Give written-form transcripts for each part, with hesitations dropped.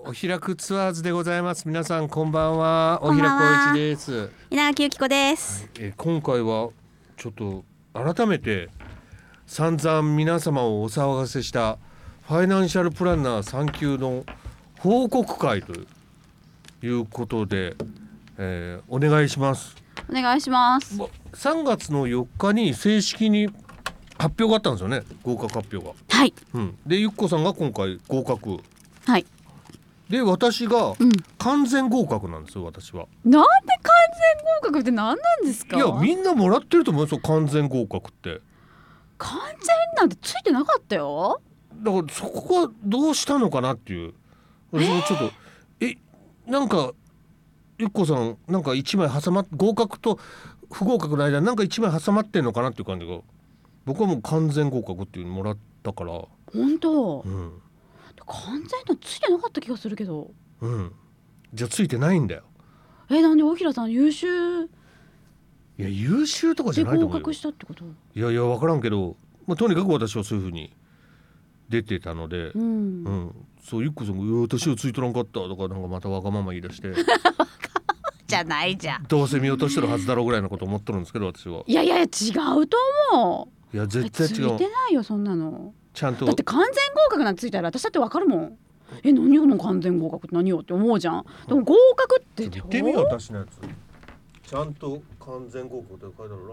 お開くツアーズでございます。皆さんこんばんは。お開くおいちです。 稲垣由紀子です。 今回はちょっと改めて散々皆様をお騒がせしたファイナンシャルプランナー3級の報告会ということで、お願いします。 お願いします。 3月の4日に正式に発表があったんですよね。合格発表が。 はい、 でゆっこさんが今回合格。 はい。 で私が完全合格なんですよ。私はなんで完全合格って何なんですか。 いやみんなもらってると思うんですよ。完全合格って完全なんてついてなかったよ。 だからそこがどうしたのかなっていう。私もちょっとなんかゆっこさんなんか1枚挟まっ合格と不合格の間なんか1枚挟まってんのかなっていう感じが、僕はもう完全合格っていうのもらったから。 本当、完全なついてなかった気がするけど。 じゃあついてないんだよ。 なんで大平さん優秀。 いや優秀とかじゃないと思うよ。 で合格したってこと。 いや分からんけど、とにかく私はそういう風に出てたので、そうゆっこさんが私はついとらんかったとかなんかまたわがまま言い出してじゃないじゃん。 どうせ見落としてるはずだろうぐらいのこと思ってるんですけど、私は。 いや違うと思う。 いや絶対違う。 ついてないよそんなの。 ちゃんとだって完全合格なんてついたら私だってわかるもん。何よの完全合格って何よって思うじゃん。でも合格って言ってみよう。私のやつちゃんと完全合格って書いてあるな。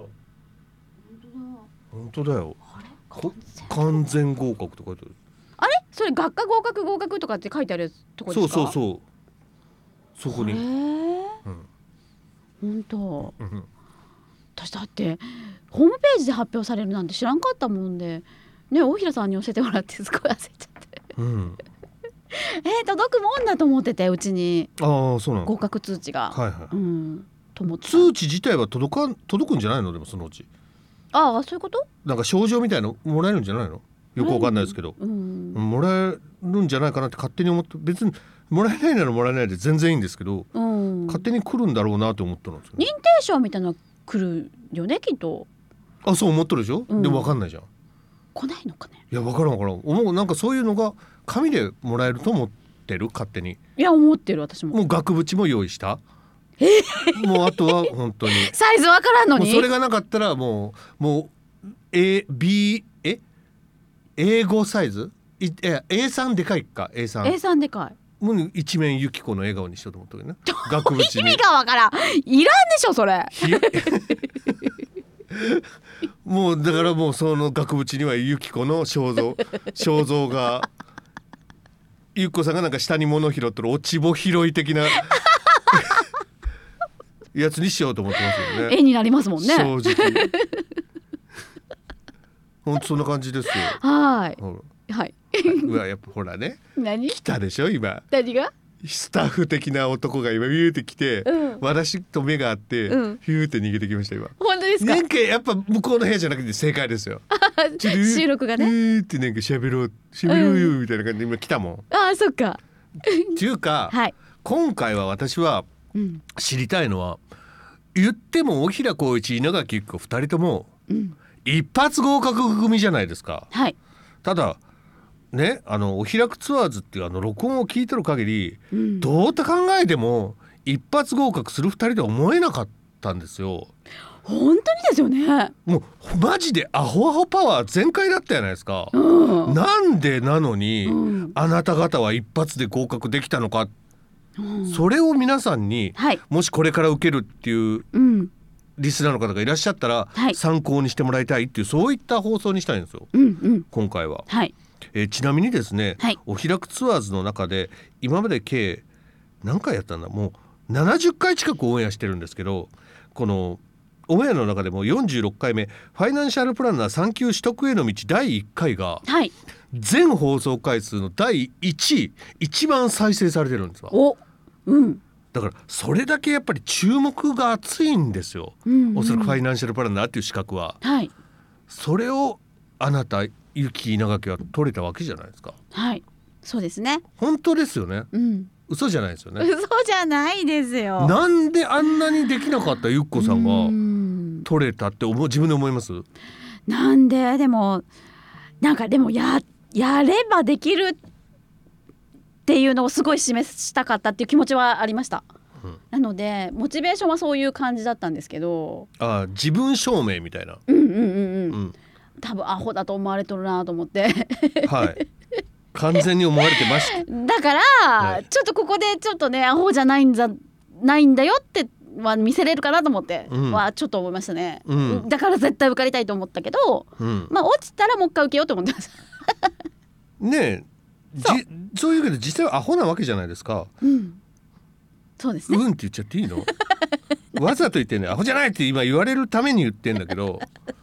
本当だよ。完全合格って書いてある。 あれそれ学科合格とかって書いてあるとこですか。 そうそこに。 本当。私だってホームページで発表されるなんて知らんかったもんでね、大平さんに教えてもらってすごい焦っちゃって届くもんだと思ってて、うちにそうなの合格通知が。と思って通知自体は届くんじゃないの。でもそのうちそういうこと。 なんか賞状みたいのもらえるんじゃないの。よくわかんないですけど、もらえるんじゃないかなって勝手に思って、別にもらえないならもらえないで全然いいんですけど、勝手に来るんだろうなと思ったんですよね。 認定証みたいなの来るよねきっと。 そう思ってるでしょ、でもわかんないじゃん。 来ないのかね。 いやわからん思う。なんかそういうのが紙でもらえると思ってる。勝手に。 いや思ってる私も。 もう額縁も用意した。もうあとは本当にサイズわからんのに。 もうそれがなかったらもう A5 サイズA3 でかいか。 A3 でかい。 もう一面ゆき子の笑顔にしようと思ったけどね。額縁に意味がわからん。いらんでしょそれもうだからもうその額縁にはゆき子の肖像がゆき子さんがなんか下に物拾ってる落ち穂拾い的なやつにしようと思ってますよね。 絵になりますもんね。 正直本当そんな感じですよ。 はい。 うわやっぱほらね。 何来たでしょ今。 何がスタッフ的な男が今ビューって来て、私と目があって、ヒューって逃げてきました今。 本当ですか。 なんかやっぱ向こうの部屋じゃなくて正解ですよ収録がねってなんか喋ろうよみたいな感じで今来たもん。 そっかっていうか、今回は私は知りたいのは、言っても大平光一稲垣由紀子2人とも一発合格組じゃないですか。ただね、お開くツアーズっていう録音を聞いてる限り、どうと考えても一発合格する2人とは思えなかったんですよ。 本当にですよね。 もうマジでアホアホパワー全開だったじゃないですか。なんでなのに、あなた方は一発で合格できたのか、それを皆さんに、もしこれから受けるっていうリスナーの方がいらっしゃったら、参考にしてもらいたいっていう、そういった放送にしたいんですよ、今回は。ちなみにですね、お開くツアーズの中で今まで計何回やったんだ、もう70回近くオンエアしてるんですけど、このオンエアの中でも46回目ファイナンシャルプランナー3級取得への道第1回が、全放送回数の第1位、一番再生されてるんですわ。だからそれだけやっぱり注目が熱いんですよ、おそらくファイナンシャルプランナーっていう資格は。それをあなたゆき稲垣は取れたわけじゃないですか。 そうですね。 本当ですよね、嘘じゃないですよね。 嘘じゃないですよ。 なんであんなにできなかったゆっこさんが取れたって自分で思います？ なんででもなんかでもやればできるっっていうのをすごい示したかったっていう気持ちはありました、なのでモチベーションはそういう感じだったんですけど、 自分証明みたいな、 多分アホだと思われとるなと思ってはい完全に思われてましただから、ちょっとここでちょっとねアホじゃないんだよっては見せれるかなと思って、はちょっと思いましたね、だから絶対受かりたいと思ったけど、まあ落ちたらもう一回受けようと思ってますねえ、そういうけど実際はアホなわけじゃないですか。 そうですね。 って言っちゃっていいのわざと言ってんね、アホじゃないって今言われるために言ってんだけど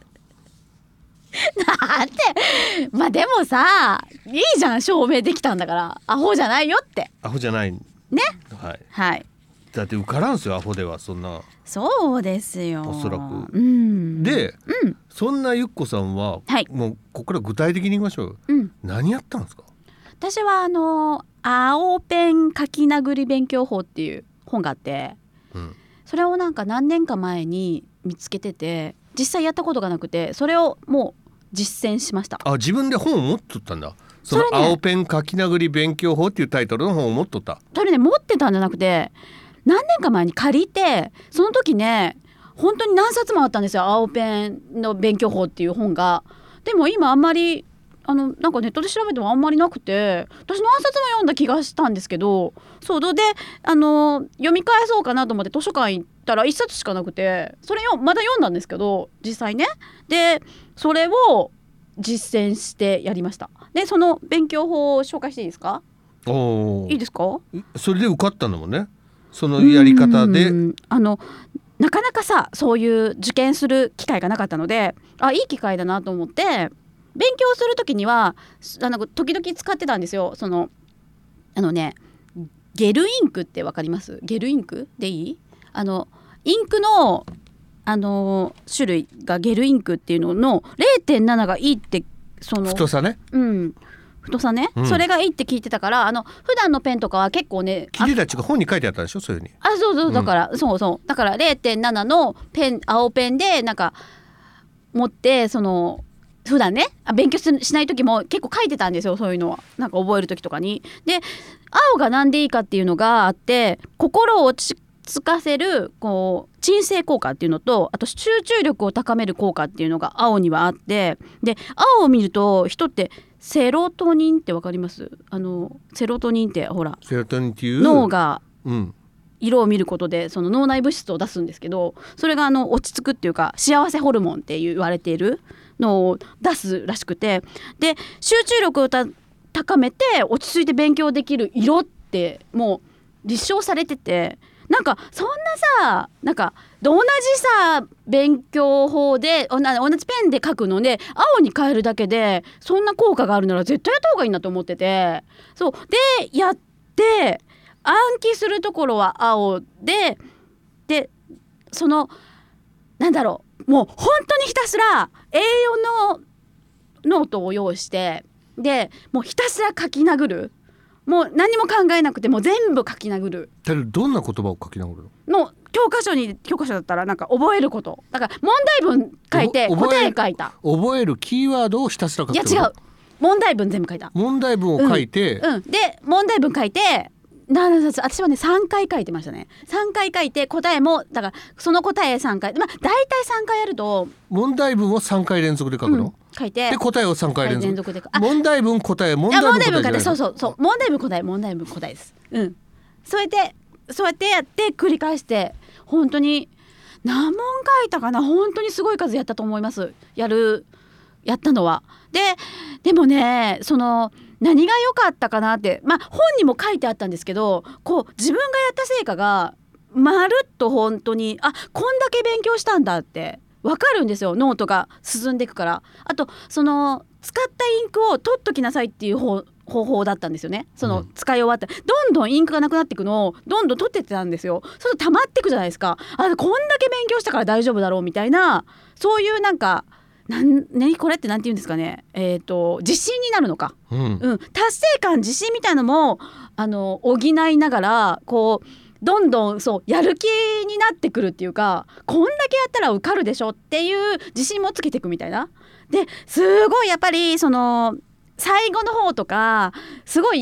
だってまあでもさ、いいじゃん、証明できたんだからアホじゃないよって。 アホじゃないね、 はい、だって受からんすよ、アホでは。そんな、 そうですよ、 おそらく、で、そんなゆっこさんは、もうここから具体的に言いましょう、何やったんですか？ 私は青ペン書き殴り勉強法っていう本があって、それをなんか何年か前に見つけてて、実際やったことがなくて、それをもう実践しました。 自分で本を持っとったんだ。その青ペン書き殴り勉強法っていうタイトルの本を持っとった。 それね、持ってたんじゃなくて何年か前に借りて、その時ね本当に何冊もあったんですよ、青ペンの勉強法っていう本が。でも今あんまりなんかネットで調べてもあんまりなくて、私何冊も読んだ気がしたんですけど、そうで読み返そうかなと思って図書館行ったら1冊しかなくて、それをまだ読んだんですけど実際ね。でそれを実践してやりました。でその勉強法を紹介していいですか？いいですか？ それで受かったんだもんね、そのやり方で。 なかなかさ、そういう受験する機会がなかったので、いい機会だなと思って勉強する時には時々使ってたんですよ。ゲルインクってわかります？ゲルインクでいい？インクの種類がゲルインクっていうのの 0.7 がいいって、 太さね、 太さね、それがいいって聞いてたから、普段のペンとかは結構ね、 切れたちが本に書いてあったでしょ、そういう風に。 そうだから、だから 0.7 の青ペンでなんか持って、普段ね勉強しない時も結構書いてたんですよ、そういうのは。なんか覚える時とかに。で青がなんでいいかっていうのがあって、心を落ち着かせる鎮静効果っていうのと、あと集中力を高める効果っていうのが青にはあって、で青を見ると人ってセロトニンってわかります？セロトニンってほら、 セロトニンっていう脳が色を見ることでその脳内物質を出すんですけど、それが落ち着くっていうか幸せホルモンって言われているのを出すらしくて、で集中力を高めて落ち着いて勉強できる色ってもう立証されてて、なんかそんなさ、なんか同じさ勉強法で同じペンで書くので青に変えるだけでそんな効果があるなら絶対やった方がいいなと思ってて、そうでやって暗記するところは青でなんだろう、もう本当にひたすら A4 のノートを用意して、でもうひたすら書き殴る。もう何も考えなくても全部書き殴る。 どんな言葉を書き殴るの？の教科書だったらなんか覚えること、だから問題文書いて答え書いた。 覚えるキーワードをひたすら書く。 いや違う、問題文全部書いた。 問題文を書いて、 で問題文書いて、私はね3回書いてましたね。3回書いて答えもだからその答え3回、大体3回やると問題文を3回連続で書くの、 書いて、 で答えを3回連続で問題文答え問題文答え、 そう問題文答え問題文答えです。そうやってやって繰り返して、本当に何問書いたかな、本当にすごい数やったと思います。やったのは。でもね、何が良かったかなって、本にも書いてあったんですけど、自分がやった成果がまるっと本当にこんだけ勉強したんだって分かるんですよ、ノートが進んでいくから。あと使ったインクを取っときなさいっていう方法だったんですよね。使い終わったどんどんインクがなくなっていくのをどんどん取ってってたんですよ。そうすると溜まっていくじゃないですか。こんだけ勉強したから大丈夫だろうみたいな、そういうなんかこれってなんて言うんですかね、自信になるのか、達成感、自信みたいなのも補いながらどんどんやる気になってくるっていうか、こんだけやったら受かるでしょっていう自信もつけていくみたいな。ですごいやっぱり最後の方とかすごい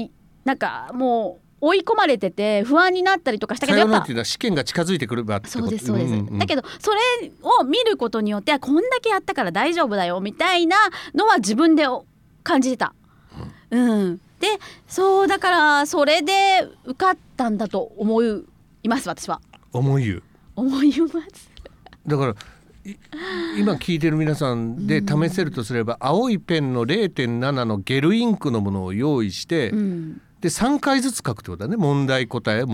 なんかもう追い込まれてて不安になったりとかしたけど、やっぱっていうのは試験が近づいてくるばってこと。 そうですそうです、だけどそれを見ることによってこんだけやったから大丈夫だよみたいなのは自分で感じてた、でそうだからそれで受かったんだと思います私は。 思いますだから今聞いてる皆さんで試せるとすれば、青いペンの 0.7 のゲルインクのものを用意して、で3回ずつ書くってことだね。問題答えっていう、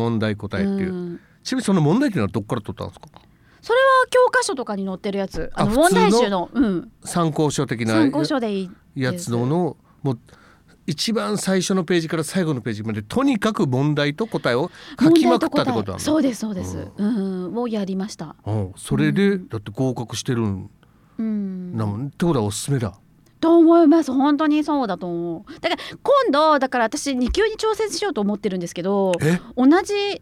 ちなみにその問題っていうのはどっから取ったんですか？ それは教科書とかに載ってるやつ、問題集の、 参考書的なやつのもう一番最初のページから最後のページまでとにかく問題と答えを書きまくったってことなんだ。 そうですそうです、をやりました。 それでだって合格してるんなもんってことはおすすめだと思います。本当にそうだと思う。だから今度だから私2級に挑戦しようと思ってるんですけど、同じ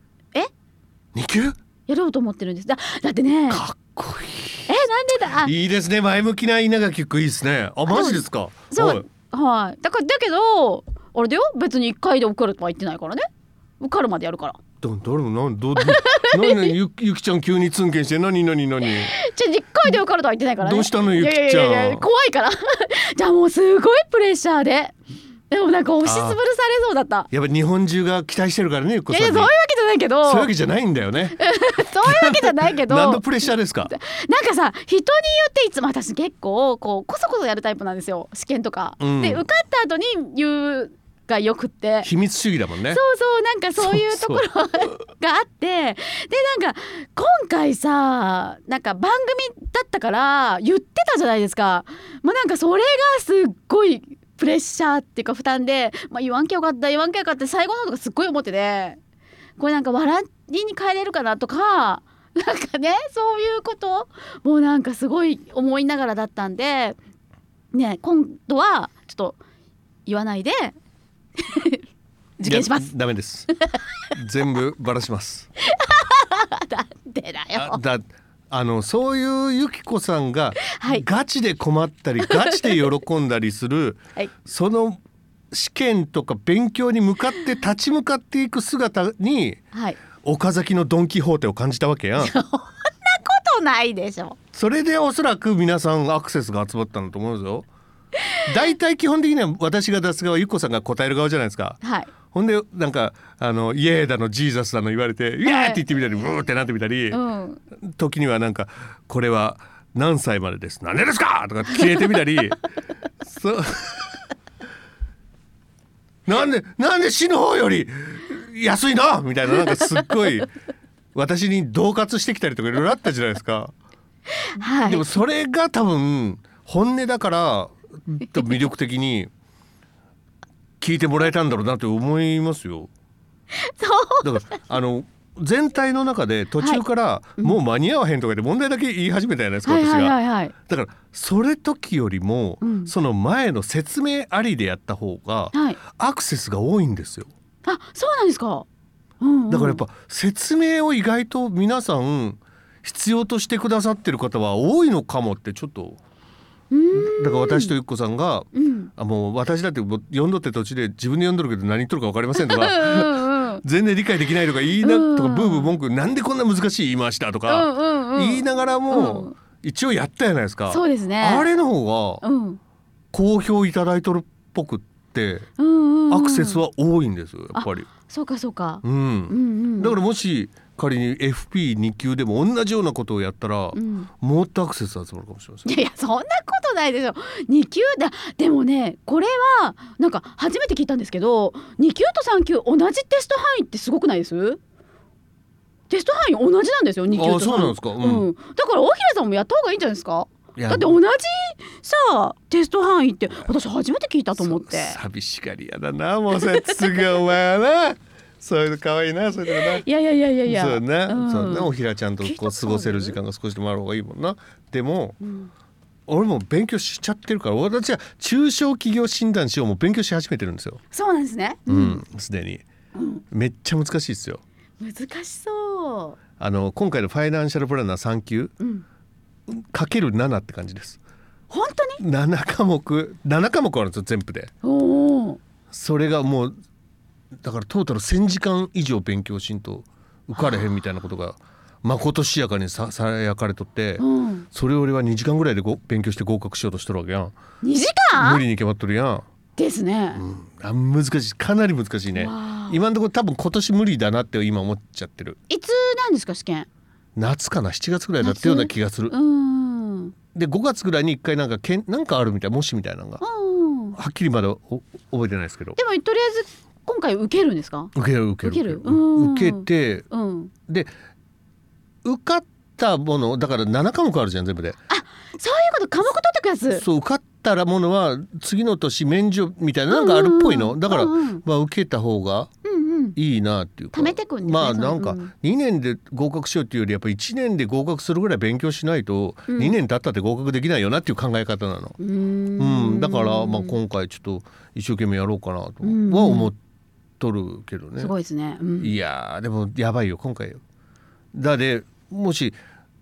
2級やろうと思ってるんです。だってね、 かっこいい。 なんでだ。 いいですね、前向きな稲垣君いいですね。マジですか？ そう、はい。だけどあれだよ、別に1回で受かるとは言ってないからね。受かるまでやるから。誰も何ゆきちゃん急にツンケンして何1 回で受かるとは言ってないからね。 どうしたのゆきちゃん。 怖いからじゃあもうすごいプレッシャーで、でもなんか押しつぶされそうだった。 やっぱ日本中が期待してるからね、ゆっこさんに。 そういうわけじゃないけど。 そういうわけじゃないんだよねそういうわけじゃないけど何のプレッシャーですか？ なんかさ、人によっていつも私結構こそこそやるタイプなんですよ、試験とか、で受かった後に言うがよくって、 秘密主義だもんね。 そうなんかそういうところがあってでなんか今回さ、なんか番組だったから言ってたじゃないですか。もうなんかそれがすっごいプレッシャーっていうか負担で、言わんきゃよかったって最後のとかすっごい思ってて、これなんか笑いに変えれるかなとか、なんかね、そういうこともうなんかすごい思いながらだったんでね、今度はちょっと言わないで受験します。 ダメです全部バラしますなんでだよ。 そういうゆきこさんがガチで困ったり、ガチで喜んだりする、その試験とか勉強に向かって立ち向かっていく姿に、岡崎のドン・キホーテを感じたわけやん。 そんなことないでしょ。 それでおそらく皆さんアクセスが集まったんだと思うんですよ。大体基本的には私が出す側、ゆっこさんが答える側じゃないですか。ほんでなんかイエーだのジーザスだの言われてイエーって言ってみたりブーってなってみたり、時にはなんかこれは何歳までです、何でですかとか消えてみたりなんで死ぬ方より安いのみたいな、なんかすっごい私に恫喝してきたりとかいろいろあったじゃないですか。でもそれが多分本音だから魅力的に聞いてもらえたんだろうなと思いますよ。だから全体の中で途中からもう間に合わへんとかで問題だけ言い始めたじゃないですか、私が。だからそれ時よりも、その前の説明ありでやった方がアクセスが多いんですよ。 そうなんですか。 だからやっぱ説明を意外と皆さん必要としてくださってる方は多いのかもってちょっと。だから私とゆっこさんが、もう私だって読んどって途中で自分で読んどるけど何言っとるか分かりませんとか全然理解できないとか言いなとかブーブー文句なんでこんな難しい言い回したとか言いながらも一応やったじゃないですか。 そうですね。 あれの方が好評いただいとるっぽくってアクセスは多いんですよ、やっぱり。 そうか。だからもし仮に FP2 級でも同じようなことをやったら、もっとアクセス集まるかもしれません。 いやそんなことないでしょ。2級でもね、これはなんか初めて聞いたんですけど、2級と3級同じテスト範囲ってすごくないです？テスト範囲同じなんですよ、2級と3級。 そうなんですか。 だから大平さんもやった方がいいんじゃないですか。だって同じさテスト範囲って私初めて聞いたと思って。 寂しがりやだな、もうさすぐお前はなそういうの可愛いな、そういうのな。いやそうね、そうね、おひらちゃんとこう過ごせる時間が少しでもある方がいいもんな。でも、俺も勉強しちゃってるから、私は中小企業診断士をもう勉強し始めてるんですよ。 そうなんですね。 すでに、めっちゃ難しいですよ。 難しそう。 今回のファイナンシャルプランナー3級、かける7って感じです。 本当に 7科目あるんですよ全部で。それがもうだからトータル1000時間以上勉強しんと受かれへんみたいなことがまことしやかにさやかれとって、それを俺は2時間ぐらいで勉強して合格しようとしてるわけやん。 2時間無理に決まっとるやんですね、 難しい、かなり難しいね。今のところ多分今年無理だなって今思っちゃってる。 いつなんですか試験？ 夏かな、7月ぐらいだったような気がする。で5月ぐらいに1回なんかあるみたい、模試みたいなのが、はっきりまだ覚えてないですけど。 でもとりあえず今回受けるんですか？ 受ける受けて、で受かったものだから7科目あるじゃん全部で。 あ、そういうこと、科目取ってくやつ。 そう、受かったらものは次の年免除みたいななんかあるっぽいの、だから、まあ受けた方がいいなっていうか、 貯めてくんですね。 まあなんか2年で合格しようっていうよりやっぱ1年で合格するぐらい勉強しないと2年経ったって合格できないよなっていう考え方なの。だからまあ今回ちょっと一生懸命やろうかなとは思っとるけどね。 すごいですね。 いやでもやばいよ今回よ。だでもし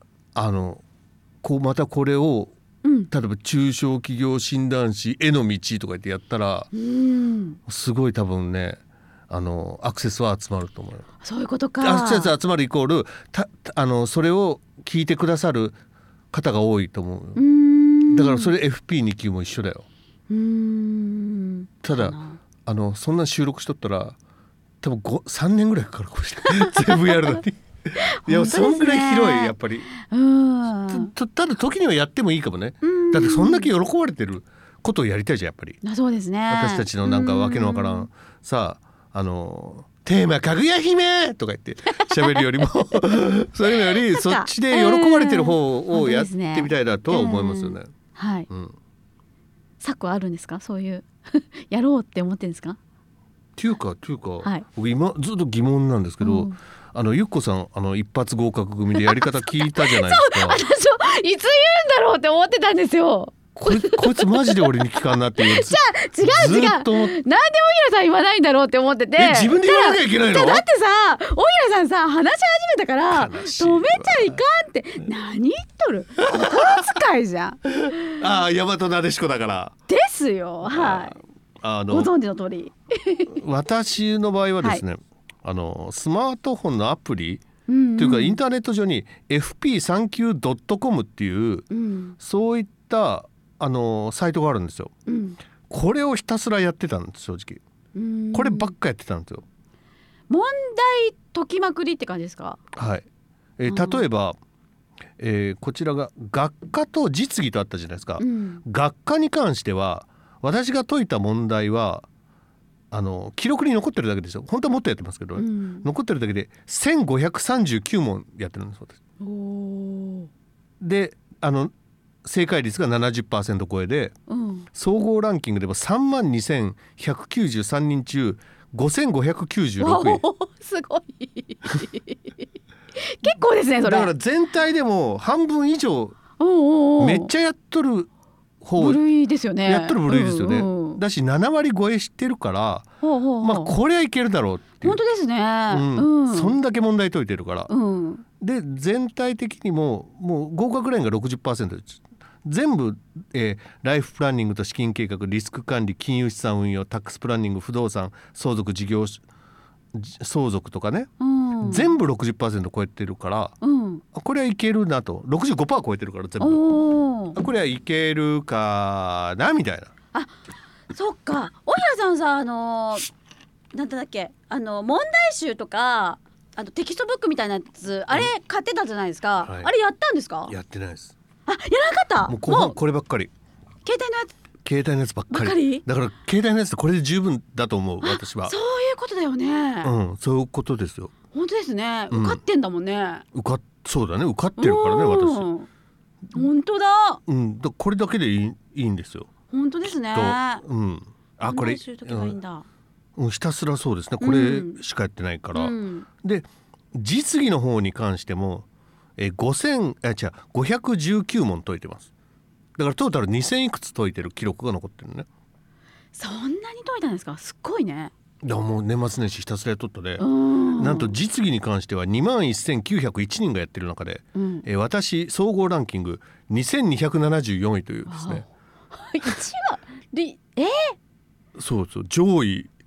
またこれを、例えば中小企業診断士への道とか言ってやったら、すごい多分ねアクセスは集まると思うよ。 そういうことか。 アクセス集まるイコールそれを聞いてくださる方が多いと思う。だからそれ FP2 級も一緒だよ。ただそんな収録しとったら多分3年ぐらいかかるかもしれない全部やるのにいや、そんぐらい広いやっぱり。ただ時にはやってもいいかもね。だってそんだけ喜ばれてることをやりたいじゃんやっぱり。 そうですね。 私たちのなんかわけのわからんさテーマかぐや姫とか言って喋るよりもそういうのよりそっちで喜ばれてる方をやってみたいなとは思いますよね。 はい。策はあるんですか？そういうやろうって思ってるんですか？っていうか、 僕今ずっと疑問なんですけど、ゆっこさん一発合格組でやり方聞いたじゃないですか。 私いつ言うんだろうって思ってたんですよ。 こいつマジで俺に聞かんなっていう。 じゃあ違うなんでおいらさん言わないんだろうって思ってて。 自分で言わなきゃいけないの？ だってさ、おいらさんさ話し始めたから止めちゃいかんって何言っとる。お小遣いじゃん。 ああ、大和なでしこだからですよ。はい。ご存知の通り私の場合はですね、スマートフォンのアプリというかインターネット上に fp39.com っていう、そういったサイトがあるんですよ。これをひたすらやってたんです正直。こればっかやってたんですよ。 問題解きまくりって感じですか？ はい。例えば、こちらが学科と実技とあったじゃないですか。学科に関しては私が解いた問題は記録に残ってるだけですよ。本当はもっとやってますけど、残ってるだけで1539問やってるんです私。で正解率が 70% 超えで、総合ランキングでも32,193人中5596位。 すごい結構ですねそれ。 だから全体でも半分以上めっちゃやっとる部類ですよね。 やっとる部類ですよね。だし7割超えしてるから、まあこれはいけるだろうっていう。 本当ですね。 そんだけ問題解いてるから。で全体的にもう合格ラインが 60% です。全部、ライフプランニングと資金計画、リスク管理、金融資産運用、タックスプランニング、不動産、相続、事業相続とかね、全部 60% 超えてるから、これはいけるなと。 65% 超えてるから全部これはいけるかなみたいな。 あ、そっか。おひらさんさなんだっけ問題集とかテキストブックみたいなやつ、あれ買ってたじゃないですか、あれやったんですか？ やってないです。 やらなかった。 もう後半こればっかり。 携帯のやつばっかり。だから携帯のやつってこれで十分だと思う私は。 そういうことだよね。 そういうことですよ。 本当ですね。受かってんだもんね。 そうだね、受かってるからね私。 本当だ。 これだけでいいんですよ。 本当ですね。 これひたすらそうですね。これしかやってないから。で実技の方に関しても519問解いてます。だからトータル2000いくつ解いてる記録が残ってるね。そんなに解いたんですか？すっごいね。 もう年末年始ひたすらやっとったで、なんと実技に関しては21,901人がやってる中で、私総合ランキング2274位というですね。 1はそう上位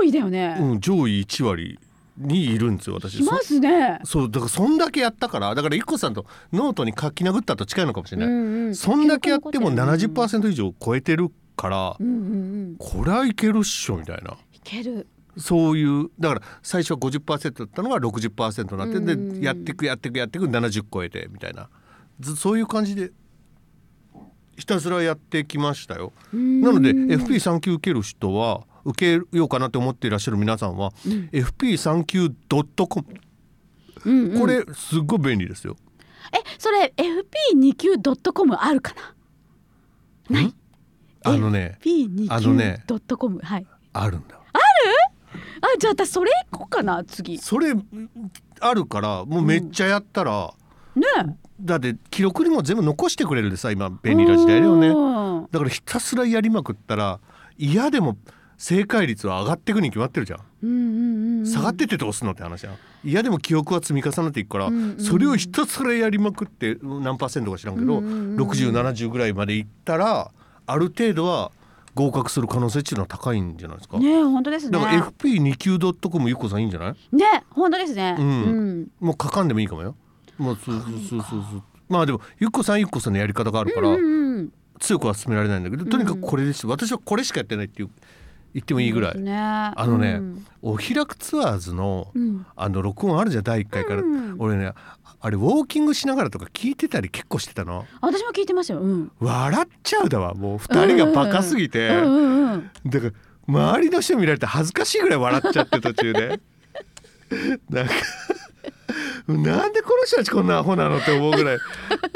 位だよね。 上位1割にいるんですよ私。 いますね。 そうだからそんだけやったから、だからゆっこさんとノートに書き殴ったと近いのかもしれない、そんだけやっても 70% 以上超えてるから、これはいけるっしょみたいな。 いける。 そういうだから最初は 50% だったのが 60% になって、でやっていく70超えてみたいな、そういう感じでひたすらやってきましたよ。なので FP3 級受ける人は受けようかなって思っていらっしゃる皆さんは、FP3級.com、これすっごい便利ですよ。 それ FP2 級 .com あるかな。ない。FP2 級 .com、はい、あるんだ。じゃあ私それ行こうかな次。 それあるからもうめっちゃやったら、 ね、 だって記録にも全部残してくれるでさ、今便利な時代だよね。だからひたすらやりまくったら嫌でも正解率は上がっていくに決まってるじゃん、下がってってどうすんのって話じゃん。嫌でも記憶は積み重ねていくから、それをひたすらやりまくって何%か知らんけど、60、70ぐらいまでいったらある程度は合格する可能性っていうのは高いんじゃないですか。 ね、本当ですね。 だから FP2 級 .com ゆっこさんいいんじゃないね、本当ですね。 もう書かんでもいいかもよ。もうそうまあでもゆっこさんのやり方があるから、強くは進められないんだけど、とにかくこれです、私はこれしかやってないって言ってもいいぐらい、おひらくツアーズの、録音あるじゃん第1回から、俺ねあれウォーキングしながらとか聞いてたり結構してたの。 私も聞いてましたよ、 笑っちゃうだわ、もう2人がバカすぎて、だから周りの人見られて恥ずかしいぐらい笑っちゃって途中でなんかなんでこの人たちこんなアホなのって思うぐらい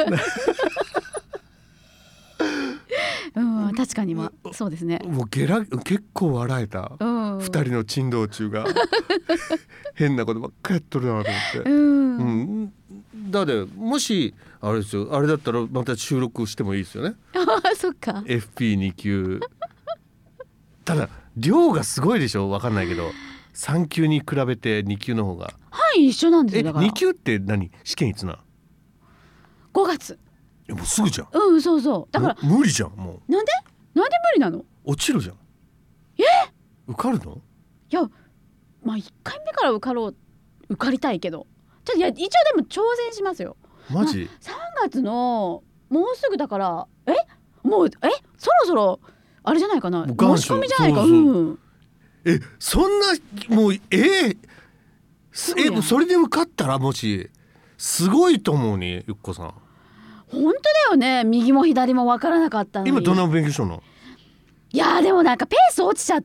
確かにそうですね。 もう結構笑えた、2人の珍道中が変なことばっかりやっとるなと思って、だってもしあれですよ、あれだったらまた収録してもいいですよね。 そっか。 FP2 級ただ量がすごいでしょ、分かんないけど3級に比べて2級の方が一緒なんですよ。だから 2級って何、試験いつな ？5月。 もうすぐじゃん。 そうだから無理じゃん。もうなんで無理なの？ 落ちるじゃん。受かるの？ いや、まあ1回目から受かりたいけど、一応でも挑戦しますよ。 マジ ？3月のもうすぐだから、もうそろそろあれじゃないかな、申し込みじゃないか。 そんなもうそれで受かったらもしすごいと思うに、ゆっこさん。 本当だよね。右も左も分からなかったのに。 今どんな勉強しとんの？ いやでもなんかペース落ちちゃって、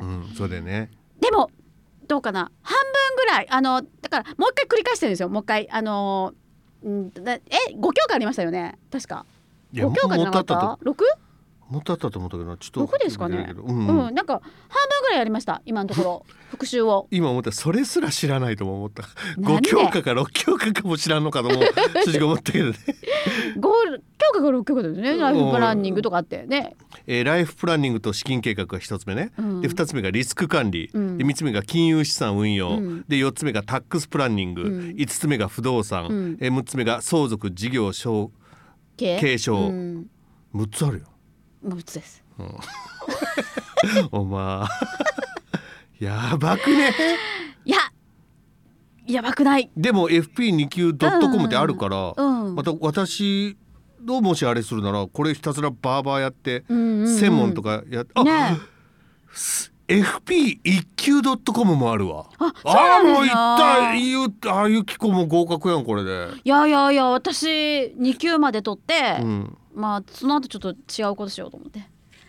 そうだよね。 でもどうかな、半分ぐらいだからもう一回繰り返してるんですよ。もう一回5教科ありましたよね確か。5教科じゃなかった？ 6？ もっとあったと思ったけど、ちょっと 6ですかね。なんか半分ぐらいやりました今のところ復習を。 今思った、それすら知らないとも思った。5教科か6教科かも知らんのかとも正直思ったけどね 5教科か6教科ですね。ライフプランニングとかあってね、 ライフプランニングと資金計画が1つ目ね、で2つ目がリスク管理、で3つ目が金融資産運用、で4つ目がタックスプランニング、5つ目が不動産、6つ目が相続事業継承、6つあるよ。 6つです、 お前やばくね？ いややばくない。 でも FP2 級 .com ってあるから、また私のもしあれするならこれひたすらバーバーやって、専門とかやって、FP1 級 .com もあるわ。もういったゆきこも合格やんこれで。 いや私2級まで取って、まあその後ちょっと違うことしようと思って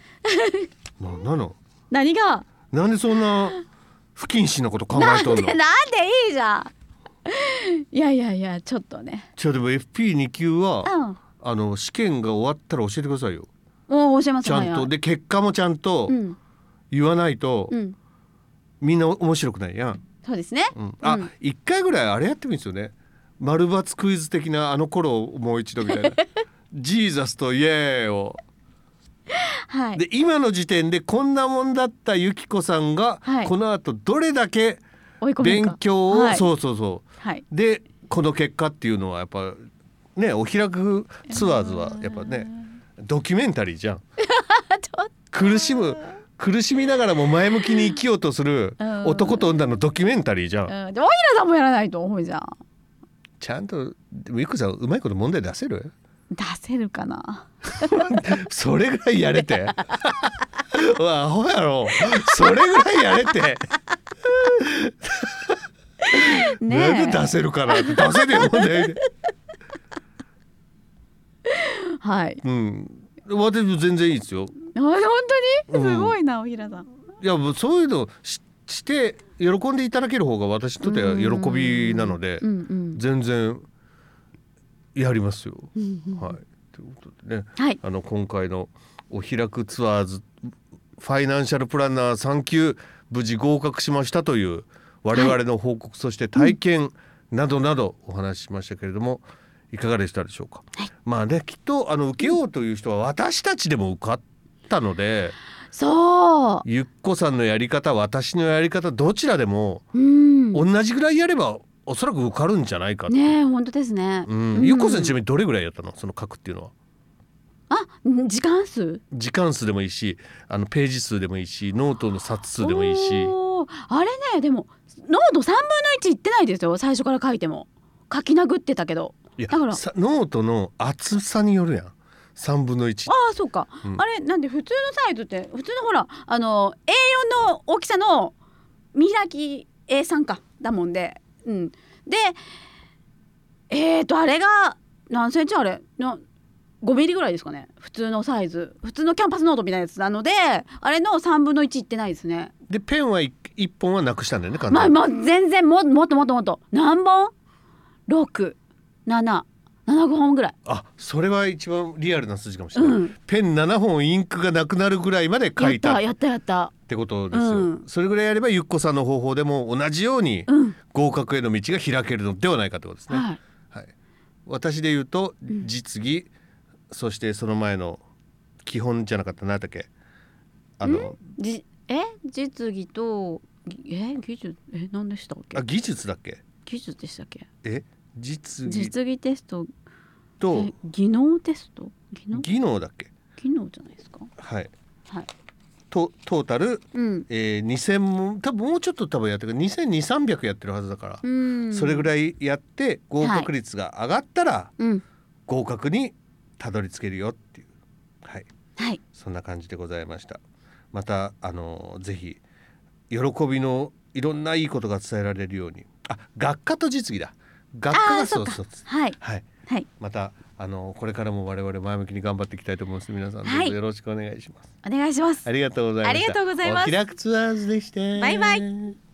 何が？ なんでそんな不謹慎なこと考えとんの？ なんでいいじゃんいやちょっとね。 でも FP2 級は、試験が終わったら教えてくださいよ。 もう教えます。 ちゃんとで結果もちゃんと言わないと、みんな面白くないやん。 そうですね、 1回ぐらいあれやってもいいんですよね。丸×クイズ的な頃をもう一度みたいなジーザスとイエーを、で今の時点でこんなもんだったゆきこさんが、この後どれだけ勉強を、でこの結果っていうのはやっぱね、おひらくツアーズはやっぱねドキュメンタリーじゃん苦しむ苦しみながらも前向きに生きようとする男と女のドキュメンタリーじゃん、 でおひらさんもやらないと思うじゃん。 ちゃんとゆっこさんうまいこと問題出せる？ 出せるかなそれぐらいやれてうわアホやろ、それぐらいやれてねえなんで出せるかなって、出せねえ問題ではい、 私も全然いいですよ。 本当にすごいな、おひらさん。 いやもうそういうのして喜んでいただける方が私にとっては喜びなので、全然やりますよ。はい、ということでね、 はい、 今回のお開くツアーズファイナンシャルプランナー3級無事合格しましたという我々の報告、そして体験などなどお話ししましたけれども、いかがでしたでしょうか。まあね、きっと受けようという人は私たちでも受かったので、 そうゆっこさんのやり方、私のやり方、どちらでも同じぐらいやればおそらく受かるんじゃないかって。 ね、本当ですね。 ゆっこさんちなみにどれぐらいやったの、その書くっていうのは。 時間数でもいいし、ページ数でもいいし、ノートの冊数でもいいし。 あれね、でもノート3分の1いってないですよ。最初から書いても書き殴ってたけど。 いやだからノートの厚さによるやん、3分の1。 そうか、あれなんで普通のサイズって普通のほらA4 の大きさの見開き A3 かだもんで、であれが何センチ、あれ5ミリぐらいですかね、普通のサイズ、普通のキャンパスノートみたいなやつなので、あれの3分の1いってないですね。 でペンは1本はなくしたんだよね、簡単に。 まあ全然もっと何本6、7、7本ぐらい。 それは一番リアルな数字かもしれない、ペン7本インクがなくなるぐらいまで書いたやったってことですよ、それぐらいやればゆっこさんの方法でも同じように合格への道が開けるのではないかということですね、私で言うと実技、そしてその前の基本じゃなかった、何だっけ、 実技と技術、何でしたっけ。 技術だっけ、 技術でしたっけ。 実技テストと技能テスト、 技能だっけ、 技能じゃないですか。 はい、トータル、2000も多分もうちょっとやってる2200、300やってるはずだから、それぐらいやって合格率が上がったら、合格にたどり着けるよっていう、そんな感じでございました。またぜひ喜びのいろんないいことが伝えられるように、学科と実技だ、学科がそうまたこれからも我々前向きに頑張っていきたいと思います。皆さんどうぞよろしくお願いします。 お願いします。 ありがとうございました。 ありがとうございます。 お開くツアーズでした。 バイバイ。